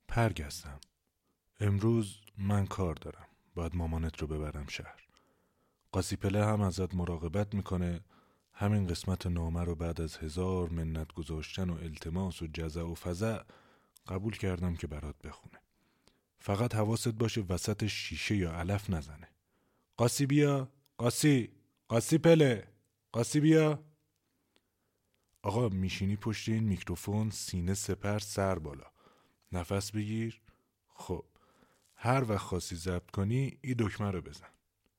پرگستم. امروز من کار دارم. باید مامانت رو ببرم شهر. قاسی پله هم ازت مراقبت میکنه. همین قسمت نامه رو بعد از 1000 منت گذاشتن و التماس و جزع و فزع قبول کردم که برات بخونه. فقط حواست باشه وسط شیشه یا علف نزنه. قاسی بیا، قاسی پله، قاسی بیا. آقا میشینی پشت این میکروفون، سینه سپر، سر بالا، نفس بگیر. خب هر وقت خاصی ضبط کنی این دکمه رو بزن.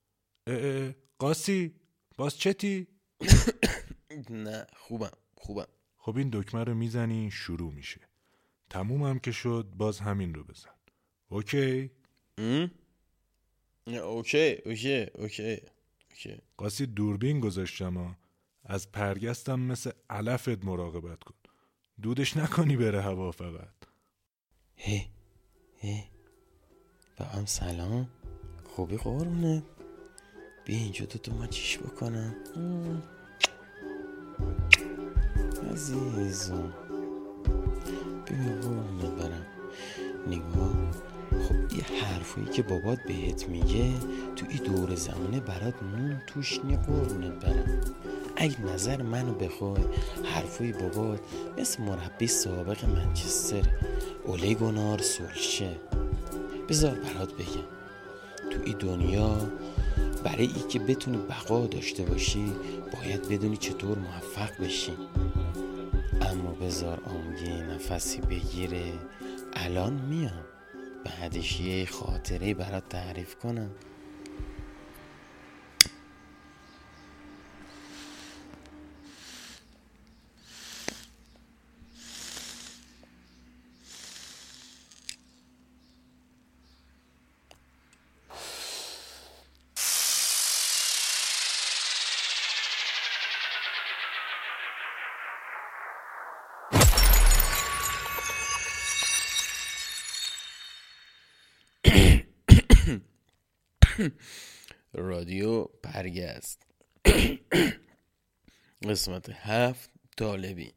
قاسی باز چتی؟ نه خوبم. خب این دکمه رو میزنی شروع میشه. تموم هم که شد باز همین رو بزن. اوکی؟ اوکی. قاسی دوربین گذاشتم ها. از پرگستم مثل علفت مراقبت کن. دودش نکنی بره هوا فقط. هی با هم سلام. خوبی قربونت؟ بیا اینجا تو ما چیش بکنم. عزیزم بیا قربونت برم. نگاه، خب یه حرفایی که بابات بهت میگه تو این دور زمانه برات نون توش نی قربونت برم. اگه نظر منو بخوای حرفای بابات مثل مربی سابق منچستر اوله گونار سولشه. بذار برات بگم تو این دنیا برای ای که بتونی بقا داشته باشی باید بدونی چطور موفق بشی. اما بذار آمگه نفسی بگیره. الان میام بعدش یه خاطره برات تعریف کنم. رادیو پرگست قسمت 7 طالبی.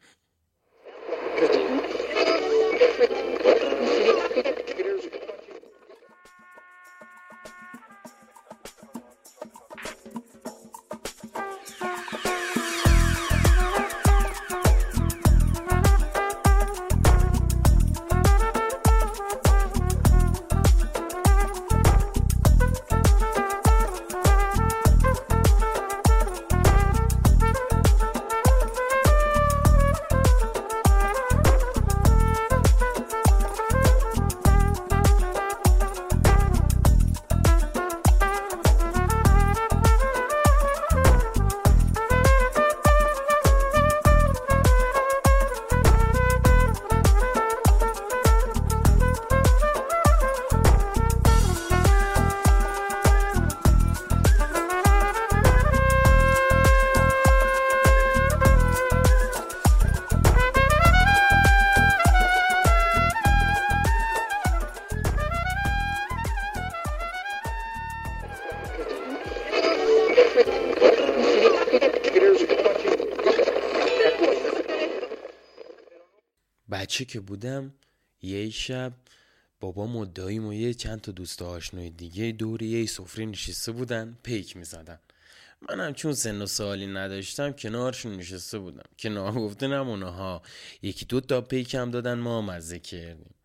بچه که بودم یه شب بابام و داییم و یه چند تا دوست آشنای دیگه دوری یه سفره نشسته بودن پیک می زدن. منم چون سن و سالی نداشتم کنارشون نشسته بودم. کنار گفتنم اونها یکی دو تا پیک هم دادن ما مزه کردیم.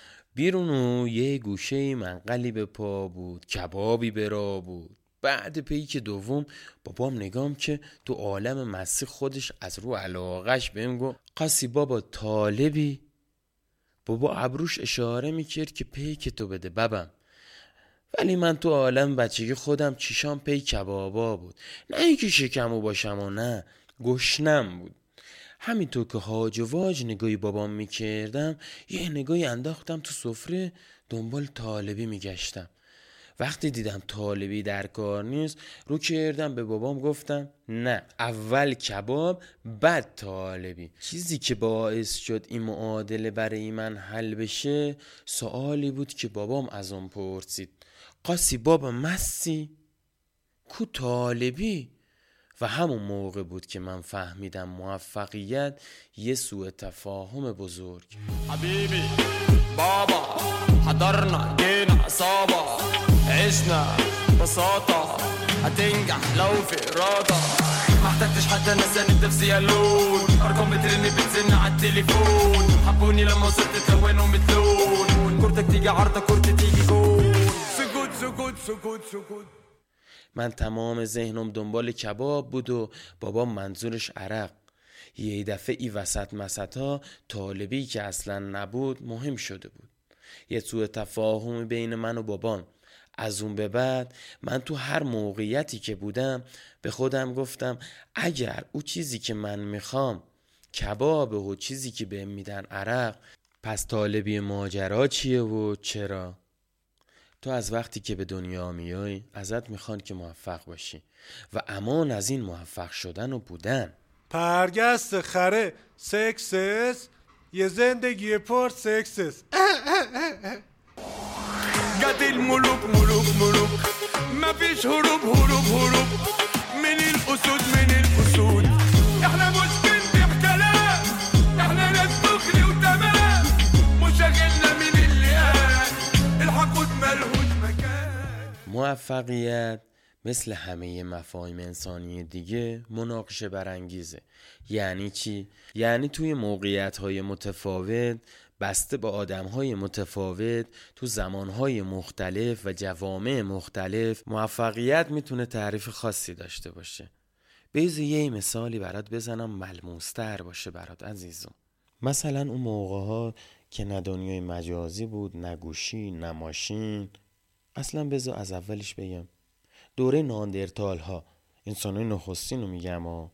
بیرونو یه گوشه منقلی به پا بود، کبابی به راه بود. بعد پیک دوم بابام نگام که تو عالم مستی خودش از رو علاقش بهم گفت قاسی بابا طالبی؟ بابا ابروش اشاره میکرد که پیک تو بده ببم. ولی من تو عالم بچگی خودم چیشام پی کبابا بود. نه اینکه شکمو باشم و نه گشنم بود. همینطور که هاج و واج نگاهی بابام میکردم یه نگاهی انداختم تو سفره دنبال طالبی میگشتم. وقتی دیدم طالبی در کار نیست رو کردم به بابام گفتم نه اول کباب بعد طالبی. چیزی که باعث شد این معادله برای من حل بشه سوالی بود که بابام از اون پرسید قاسی بابا مستی؟ کو طالبی؟ و همون موقع بود که من فهمیدم موفقیت یه سوء تفاهم بزرگ. حبیبی بابا حضرنا جينا عصابة عشنا ببساطة هتنجح لو في إرادة ما احتجتش حتى ناس النفسية لون أرقام بترن بتزن على التليفون حبوني لما وصلت تلونوا متلون كورتك تيجي عرضة كورتك تيجي جول سكوت سكوت سكوت سكوت. من تمام ذهنم دنبال کباب بود و بابام منظورش عرق. یه دفعه ای وسط مسطا طالبی که اصلا نبود مهم شده بود. یه سوء تفاهمی بین من و بابام. از اون به بعد من تو هر موقعیتی که بودم به خودم گفتم اگر او چیزی که من میخوام کبابه و چیزی که بهم میدن عرق، پس طالبی ماجرا چیه و چرا؟ تو از وقتی که به دنیا میای ازت میخوان که موفق باشی و امان از این موفق شدن و بودن. پرگست خره سکسس، یه زندگی پر سکسس. قد الملوك ملوك ملوك ما فيش هروب هروب هروب من الأسود من الأسود. احنا مش بنبيع كلام، احنا ناس دغري وتمام، مشاغلنا من اللي قال الحقود ملهوش مكان. موفقیت مثل همه مفاهیم انسانی دیگه مناقشه برانگیزه. یعنی چی؟ یعنی توی موقعیت‌های متفاوت بسته با آدم‌های متفاوت تو زمان‌های مختلف و جوامع مختلف موفقیت میتونه تعریف خاصی داشته باشه. بذار یه مثالی برات بزنم ملموس‌تر باشه برات عزیزم. مثلا اون موقع‌ها که نه دنیای مجازی بود، نه گوشی، نه ماشین. اصلا بذار از اولش بگم دوره ناندرتال‌ها، انسان‌های نخستین رو میگم ها.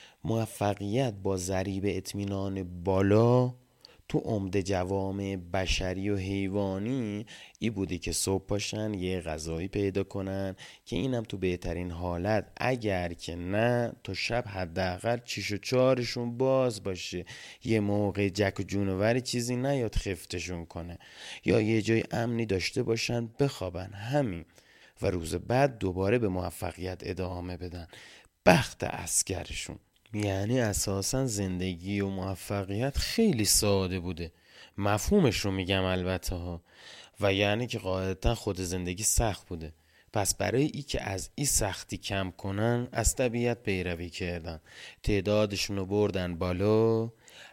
موفقیت با ضریب اطمینان بالا تو عمده جوامع بشری و حیوانی ای بوده که صبح پاشن یه غذایی پیدا کنن که اینم تو بهترین حالت، اگر که نه تا شب حداقل چیش و چارشون باز باشه، یه موقع جک و جونوری چیزی نیاد خفتشون کنه، یا یه جای امنی داشته باشن بخوابن، همین. و روز بعد دوباره به موفقیت ادامه بدن، بخت عسکرشون. یعنی اساسا زندگی و موفقیت خیلی ساده بوده، مفهومش رو میگم البته ها. و یعنی که قاعدتا خود زندگی سخت بوده، پس برای ای که از این سختی کم کنن از طبیعت پیروی کردن، تعدادشون رو بردن بالا،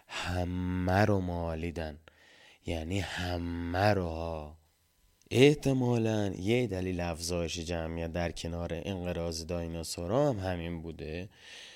همه رو مالیدن. یعنی همه رو ها. احتمالاً یه دلیل افزایش جمعیت در کنار انقراض دایناسورها هم همین بوده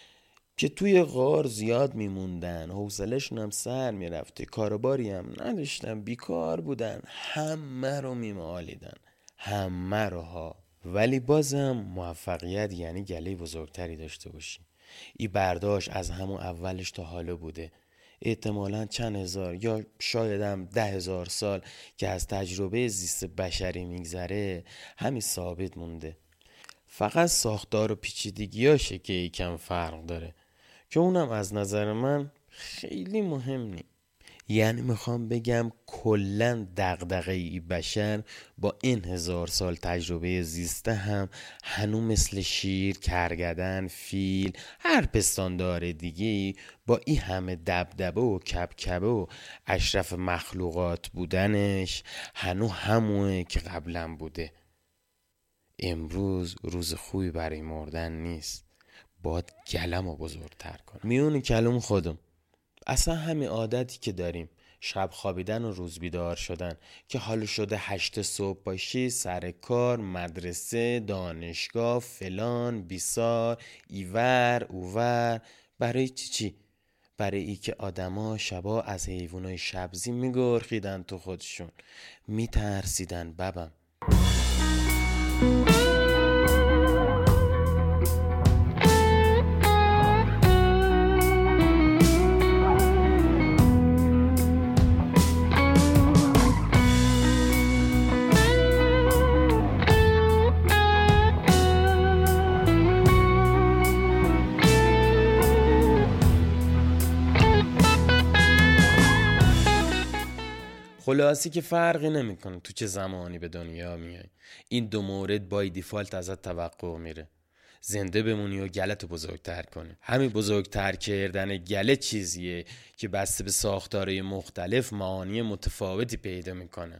که توی غار زیاد میموندن، حوصله‌شون هم سر میرفته، کاروباری هم نداشتن، بیکار بودن، همه رو میمالیدن، همه رو ها. ولی بازم موفقیت یعنی گله بزرگتری داشته باشی. این برداشت از همون اولش تا حالا بوده. احتمالاً چند هزار یا شاید هم 10,000 سال که از تجربه زیست بشری میگذره همین ثابت مونده. فقط ساختار و پیچیدگیاشه که یکم فرق داره که اونم از نظر من خیلی مهم نی. یعنی میخوام بگم کلن دغدغه بشر با این 1000 سال تجربه زیسته هم هنوز مثل شیر، کرگدن، فیل، هر پستاندار دیگه با این همه دبدبه و کبکبه و اشرف مخلوقات بودنش هنوز همونه که قبلا بوده. امروز روز خوبی برای مردن نیست، باید گلم رو بزرگتر کنم. میون کلم خودم اصلا همین عادتی که داریم، شب خوابیدن و روز بیدار شدن، که حالا شده 8 صبح باشی، سر کار، مدرسه، دانشگاه، فلان، بیسار، ایور، اوور. برای چی؟ برای ای که آدما شبا از حیوانای شبزی میگرخیدن تو خودشون، میترسیدن ببم. خلاصی که فرقی نمیکنه تو چه زمانی به دنیا میای، این دو مورد بای دیفالت ازت توقع میره. زنده بمونی و گلت بزرگتر کنی. همین بزرگتر کردن گله چیزیه که بسته به ساختارهای مختلف معانی متفاوتی پیدا میکنه.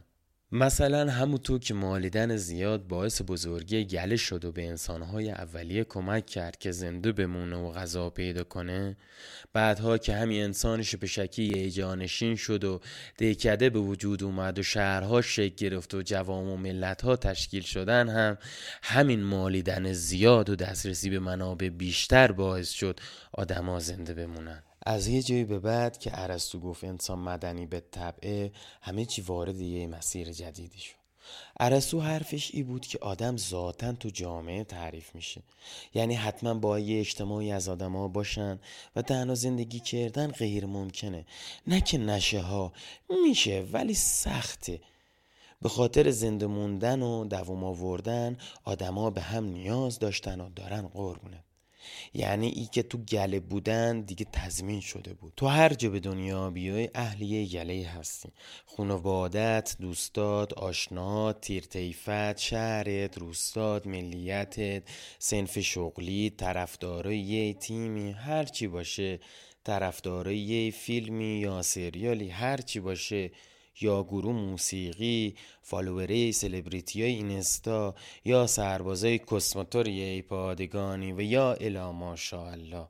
مثلا همونطور که مالیدن زیاد باعث بزرگی گله شد و به انسانهای اولیه کمک کرد که زنده بمونه و غذا پیدا کنه، بعدها که همین انسانش به شکلی جانشین شد و دهکده به وجود اومد و شهرها شکل گرفت و جوام و ملتها تشکیل شدن، هم همین مالیدن زیاد و دسترسی به منابع بیشتر باعث شد آدم‌ها زنده بمونن. از یه جایی به بعد که ارسطو گفت انسان مدنی به طبعه، همه چی وارد یه مسیر جدیدی شد. ارسطو حرفش ای بود که آدم ذاتاً تو جامعه تعریف میشه، یعنی حتما با یه اجتماعی از آدم‌ها باشن و تنها زندگی کردن غیر ممکنه. نه که نشه ها، میشه ولی سخته. به خاطر زنده موندن و دوام آوردن آدم‌ها به هم نیاز داشتن و دارن قربونه. یعنی ای که تو گله بودن دیگه تضمین شده بود. تو هر جا به دنیا بیای اهل یه گله هستی. خانوادت، دوستات، آشنات، تیرتیفت، شهرت، روستات، ملیتت، صنف شغلی، طرفدارای یه تیمی، هر چی باشه، طرفدارای یه فیلمی یا سریالی، هر چی باشه، یا گروه موسیقی، فالووره سلبریتی های اینستا، یا سربازای کسموتوری پادگانی و یا الا ماشاءالله.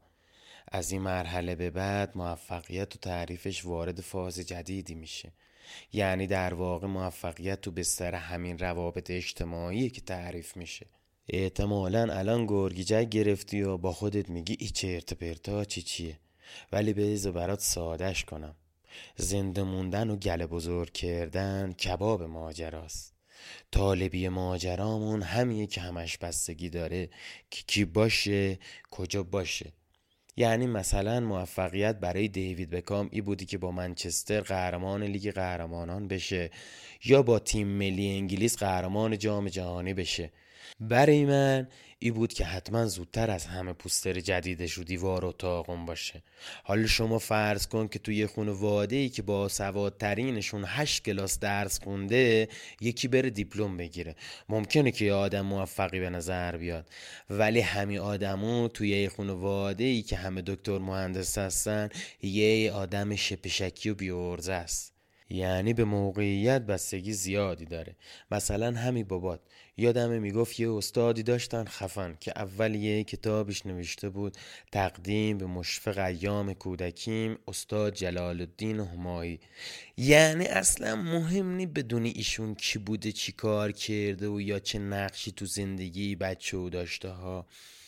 از این مرحله به بعد موفقیت و تعریفش وارد فاز جدیدی میشه. یعنی در واقع موفقیت تو بستر همین روابط اجتماعی که تعریف میشه. احتمالاً الان گرگیجک گرفتی و با خودت میگی ای چرت پرتا چیه، ولی بذار برات سادهش کنم. زنده موندن و گله بزرگ کردن کباب ماجراست. طالبی ماجرامون همیه که همش بستگی داره که کی باشه، کجا باشه. یعنی مثلا موفقیت برای دیوید بکام ای بودی که با منچستر قهرمان لیگ قهرمانان بشه یا با تیم ملی انگلیس قهرمان جام جهانی بشه. برای من ای بود که حتما زودتر از همه پوستر جدیدش رو دیوار اتاقم باشه. حالا شما فرض کن که توی خانواده‌ای که با سوادترینشون 8 کلاس درس خونده یکی بره دیپلم بگیره. ممکنه که یه آدم موفقی به نظر بیاد، ولی همین آدمو توی یه خانواده‌ای که همه دکتر مهندس هستن یه آدم شپشکی و بی‌عرضه است. یعنی به موقعیت بستگی زیادی داره. مثلا همین بابات، یادمه میگفت یه استادی داشتن خفن که اول یه کتابش نوشته بود تقدیم به مشفق ایام کودکیم، استاد جلال الدین همایی. یعنی اصلا مهم نی بدونی ایشون کی بوده، چی کار کرده و یا چه نقشی تو زندگی بچه‌ها داشته ها.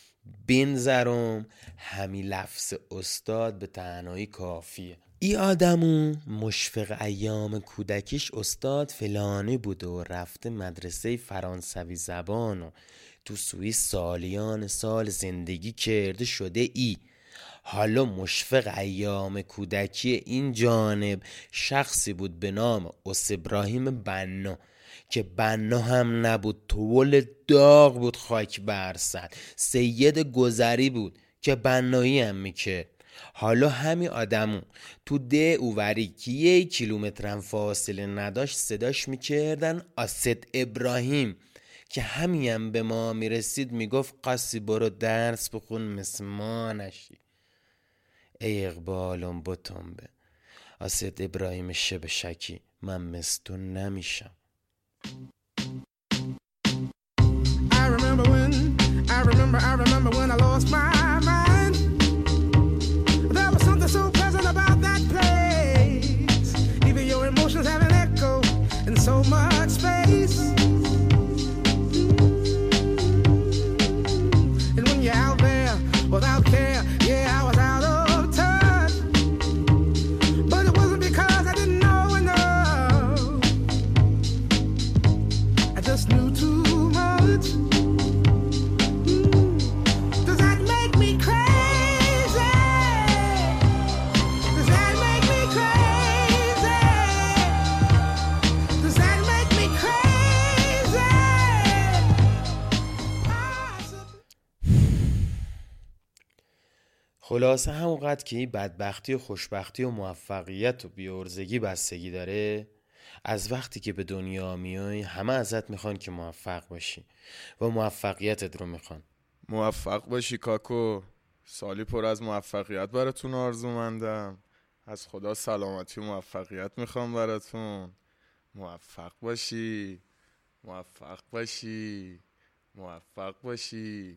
بنظرم همین لفظ استاد به تنهایی کافیه. ای آدمو مشفق ایام کودکیش استاد فلانی بوده و رفته مدرسه فرانسوی زبان و تو سوئیس سالیان سال زندگی کرده شده ای. حالا مشفق ایام کودکی این جانب شخصی بود به نام اوس ابراهیم بنا که بنا هم نبود، طول داغ بود خاک برسد. سید گذری بود که بنایی هم میکرد. حالا همین آدمو تو ده اووری که 1 کیلومتر هم فاصله نداشت صداش میکردن اسد ابراهیم که همین به ما میرسید میگفت قاسی برو درس بخون مثل ما نشی. ای اقبالم بتون به اسد ابراهیم شب شکی، من مثل تو نمیشم. I remember when I lost my mind. There was something so pleasant about that place. Even your emotions have an echo in so much space. And when you're out there without care, yeah, I was out of touch. But it wasn't because I didn't know enough. I just knew too much. خلاصه همونقدر که این بدبختی و خوشبختی و موفقیت و بی‌عرضگی بستگی داره، از وقتی که به دنیا میای همه ازت میخوان که موفق باشی و موفقیتت رو میخوان. موفق باشی کاکو، سالی پر از موفقیت براتون آرزومندم. از خدا سلامتی و موفقیت میخوام براتون. موفق باشی، موفق باشی، موفق باشی.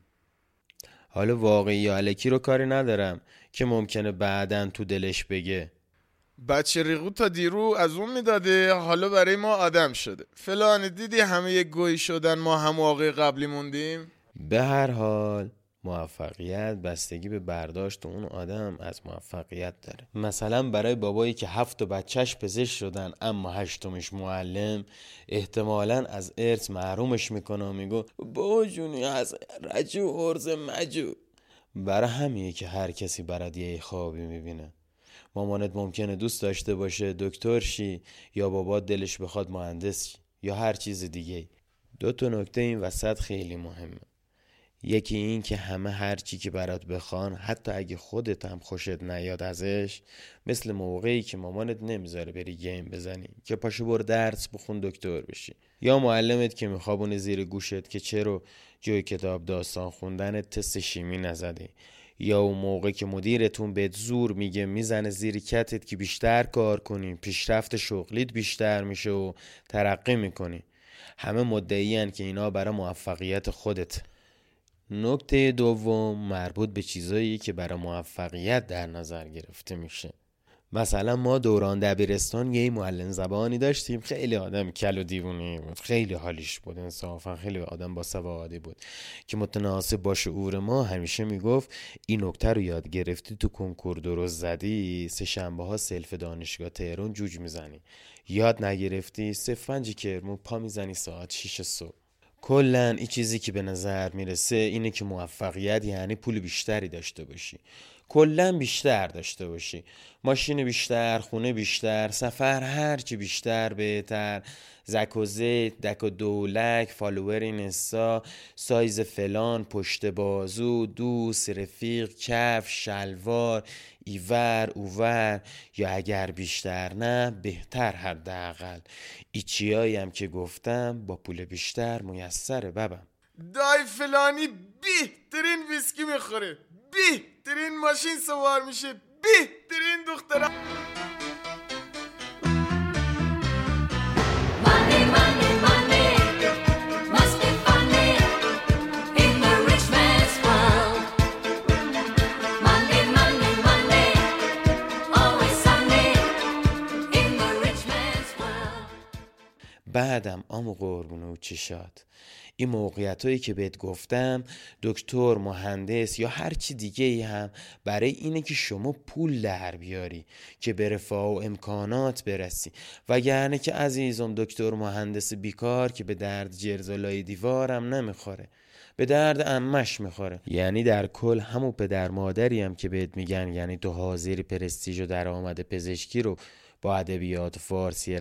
حالا واقعی یا الکی رو کاری ندارم که ممکنه بعدن تو دلش بگه بچه ریغو تا دیرو از اون میداده، حالا برای ما آدم شده. فلان دیدی همه یک گویی شدن، ما هم واقعی قبلی موندیم. به هر حال موفقیت بستگی به برداشت اون آدم از موفقیت داره. مثلا برای بابایی که 7 بچهش پزشک شدن اما 8مش معلم، احتمالاً از ارث محرومش میکنه و میگو بابا جونی از رجو ارز مجو. برای همینه که هر کسی برات یه خوابی میبینه. مامانت ممکنه دوست داشته باشه دکتر شی، یا بابا دلش بخواد مهندس شی، یا هر چیز دیگه. 2 نکته این وسط خیلی مهمه. یکی این که همه هر چی که برات بخوان، حتی اگه خودت هم خوشت نیاد ازش، مثل موقعی که مامانت نمیذاره بری گیم بزنی که پاشو برو درس بخون دکتر بشی، یا معلمت که میخوابونه زیر گوشت که چرا جوی کتاب داستان خوندن تست شیمی نزدی، یا اون موقع که مدیرتون بهت زور میگه میزنه زیر کتت که بیشتر کار کنی، پیشرفت شغلیت بیشتر میشه و ترقی میکنی. همه مدعیان که اینا برای موفقیت خودت. نکته دوم مربوط به چیزایی که برای موفقیت در نظر گرفته میشه. مثلا ما دوران دبیرستان یه معلم زبانی داشتیم، خیلی آدم کل و دیوونی بود، خیلی حالیش بود، انصافا خیلی آدم با سوادی بود که متناسب با شعور ما همیشه میگفت این نکته رو یاد گرفتی تو کنکور درست زدی، 3 شنبه ها سلف دانشگاه تهران جوج میزنی، یاد نگرفتی 0-5 کرمون پا میزنی ساعت 6 صبح. کلن این چیزی که به نظر میرسه اینه که موفقیت یعنی پول بیشتری داشته باشی، کلن بیشتر داشته باشی، ماشین بیشتر، خونه بیشتر، سفر هرچی بیشتر بهتر، زک و زیت، دک و دولک، فالوور اینستا، سایز فلان، پشت بازو، دوست، رفیق، کف، شلوار، ایور اوور، یا اگر بیشتر نه بهتر حداقل. ایچیایی هم که گفتم با پول بیشتر میسره ببم. دای فلانی بهترین ویسکی میخوره، بهترین ماشین سوار میشه، بهترین دخترم. Money, money, money must be funny in the rich man's world. Money, money, money always sunny in the rich man's world. بعدم آمو قربونه و چشات، این موقعیت هایی که بهت گفتم، دکتر، مهندس یا هر چی دیگه ای هم برای اینه که شما پول در بیاری که به رفاه و امکانات برسی، وگرنه که عزیزم دکتر مهندس بیکار که به درد جرزالای دیوارم نمیخوره، به درد عمش میخوره. یعنی در کل همون پدر مادری هم که بهت میگن یعنی تو حاضری پرستیژ و درآمد پزشکی رو با ادبیات فارسی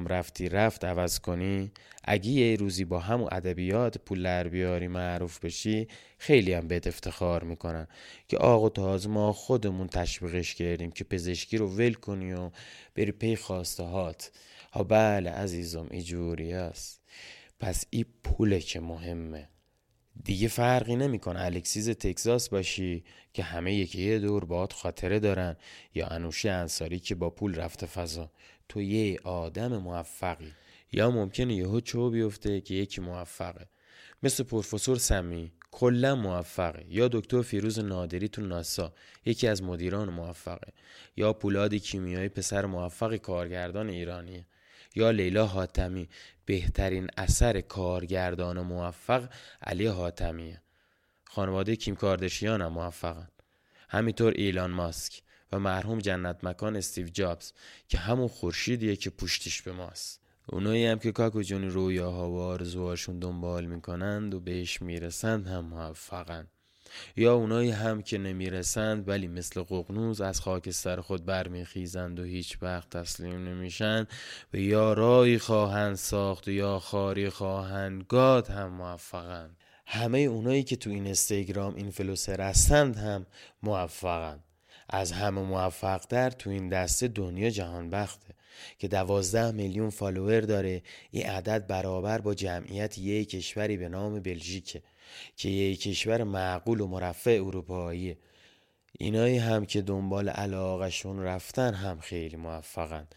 رفت عوض کنی، اگه یه روزی با همون ادبیات پول در بیاری معروف بشی، خیلی هم بهت افتخار میکنن که آقا تازه ما خودمون تشویقش کردیم که پزشکی رو ول کنی و بری پی خواسته هات. ها بله عزیزم اینجوری است. پس این پوله که مهمه. دیگه فرقی نمیکنه الکسیز تگزاس باشی که همه یه دور باهات خاطره دارن، یا انوشه انصاری که با پول رفته فضا، تو یه آدم موفقی. یا ممکنه یهو چو بیفته که یکی موفقه، مثل پروفسور سمی کلا موفقه، یا دکتر فیروز نادری تو ناسا یکی از مدیران موفقه، یا پولاد کیمیایی پسر موفق کارگردان ایرانیه، یا لیلا حاتمی بهترین اثر کارگردان موفق علی حاتمیه. خانواده کیم کاردشیان هم موفقن، همینطور ایلان ماسک و مرحوم جنت مکان استیو جابز که همون خورشیدیه که پشتش به ماست. اونایی هم که کاکو جون رویاها و آرزوهاشون دنبال میکنند و بهش میرسند هم موفقن، یا اونایی هم که نمیرسند ولی مثل ققنوس از خاکستر خود برمیخیزند و هیچ وقت تسلیم نمیشن و یا رای خواهند ساخت و یا خاری خواهند گاد هم موفقن. همه اونایی که تو این اینستاگرام اینفلوئنسر هستند هم موفقن. از همه موفق‌تر تو این دسته دنیا جهان بخته که 12 میلیون فالوور داره. این عدد برابر با جمعیت یک کشوری به نام بلژیکه که یک کشور معقول و مرفه اروپاییه. اینایی هم که دنبال علاقشون رفتن هم خیلی موفقن.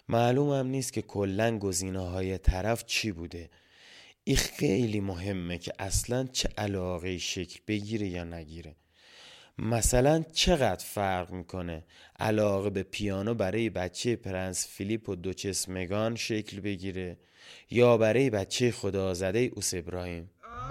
معلومم نیست که کلن گزینه‌های طرف چی بوده. این خیلی مهمه که اصلا چه علاقه‌ای شکل بگیره یا نگیره. مثلا چقدر فرق میکنه علاقه به پیانو برای بچه پرنس فیلیپ و دوچس مگان شکل بگیره یا برای بچه خدازده اوس ابراهیم.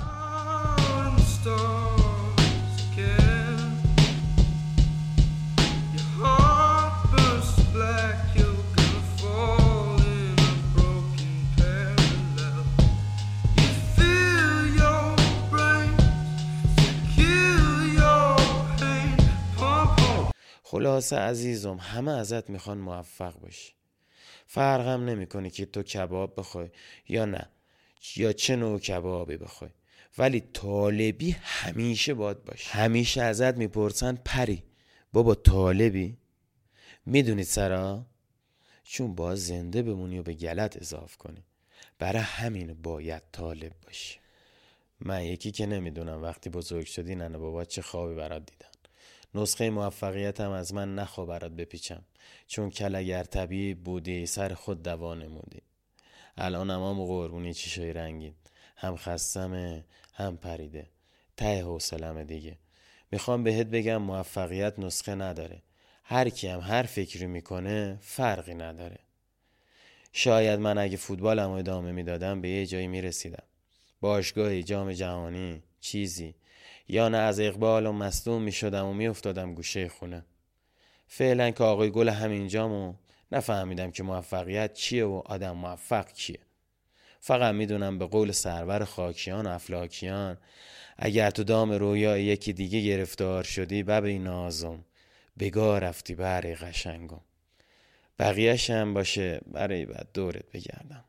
خلاصه عزیزم همه ازت میخوان موفق باشی. فرقم نمیکنه که تو کباب بخوای یا نه، یا چه نوع کبابی بخوای، ولی طالبی همیشه باید باشی. همیشه ازت میپرسن پری بابا طالبی؟ میدونید سرا؟ چون باید زنده بمونی و به گلت اضاف کنی. برای همین باید طالب باشی. من یکی که نمیدونم وقتی بزرگ شدی ننه بابا چه خوابی برات دیدن. نسخه موفقیتم از من نخوا برات بپیچم، چون کلگر طبیعی بودی سر خود دوا نمودی. الان هم قربونی چیشای رنگین، هم خستمه هم پریده، ته حوصله‌مه دیگه. میخوام بهت بگم موفقیت نسخه نداره. هر کی هم هر فکری میکنه فرقی نداره. شاید من اگه فوتبالم رو ادامه میدادم به یه جایی میرسیدم، باشگاهی، جام جهانی، چیزی، یا نه از اقبال و مصدوم می شدم و می افتادم گوشه خونه. فعلا که آقای گل همینجام و نفهمیدم که موفقیت چیه و آدم موفق کیه. فقط می دونم به قول سرور خاکیان و افلاکیان اگر تو دام رویای یکی دیگه گرفتار شدی ببی نازم، بگاه رفتی برای قشنگم. بقیه‌ش هم باشه برای بعد دورت بگردم.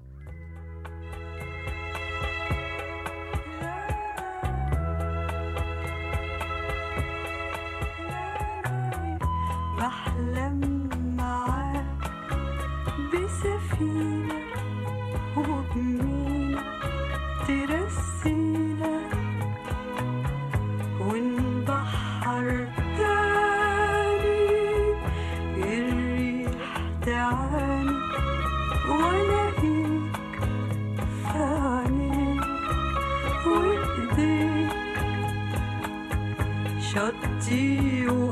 بحلم معاك بسفينة وبمينا ترسينا ونبحر تاني الريح تعاني والاقيك في عينيك وايديك شطي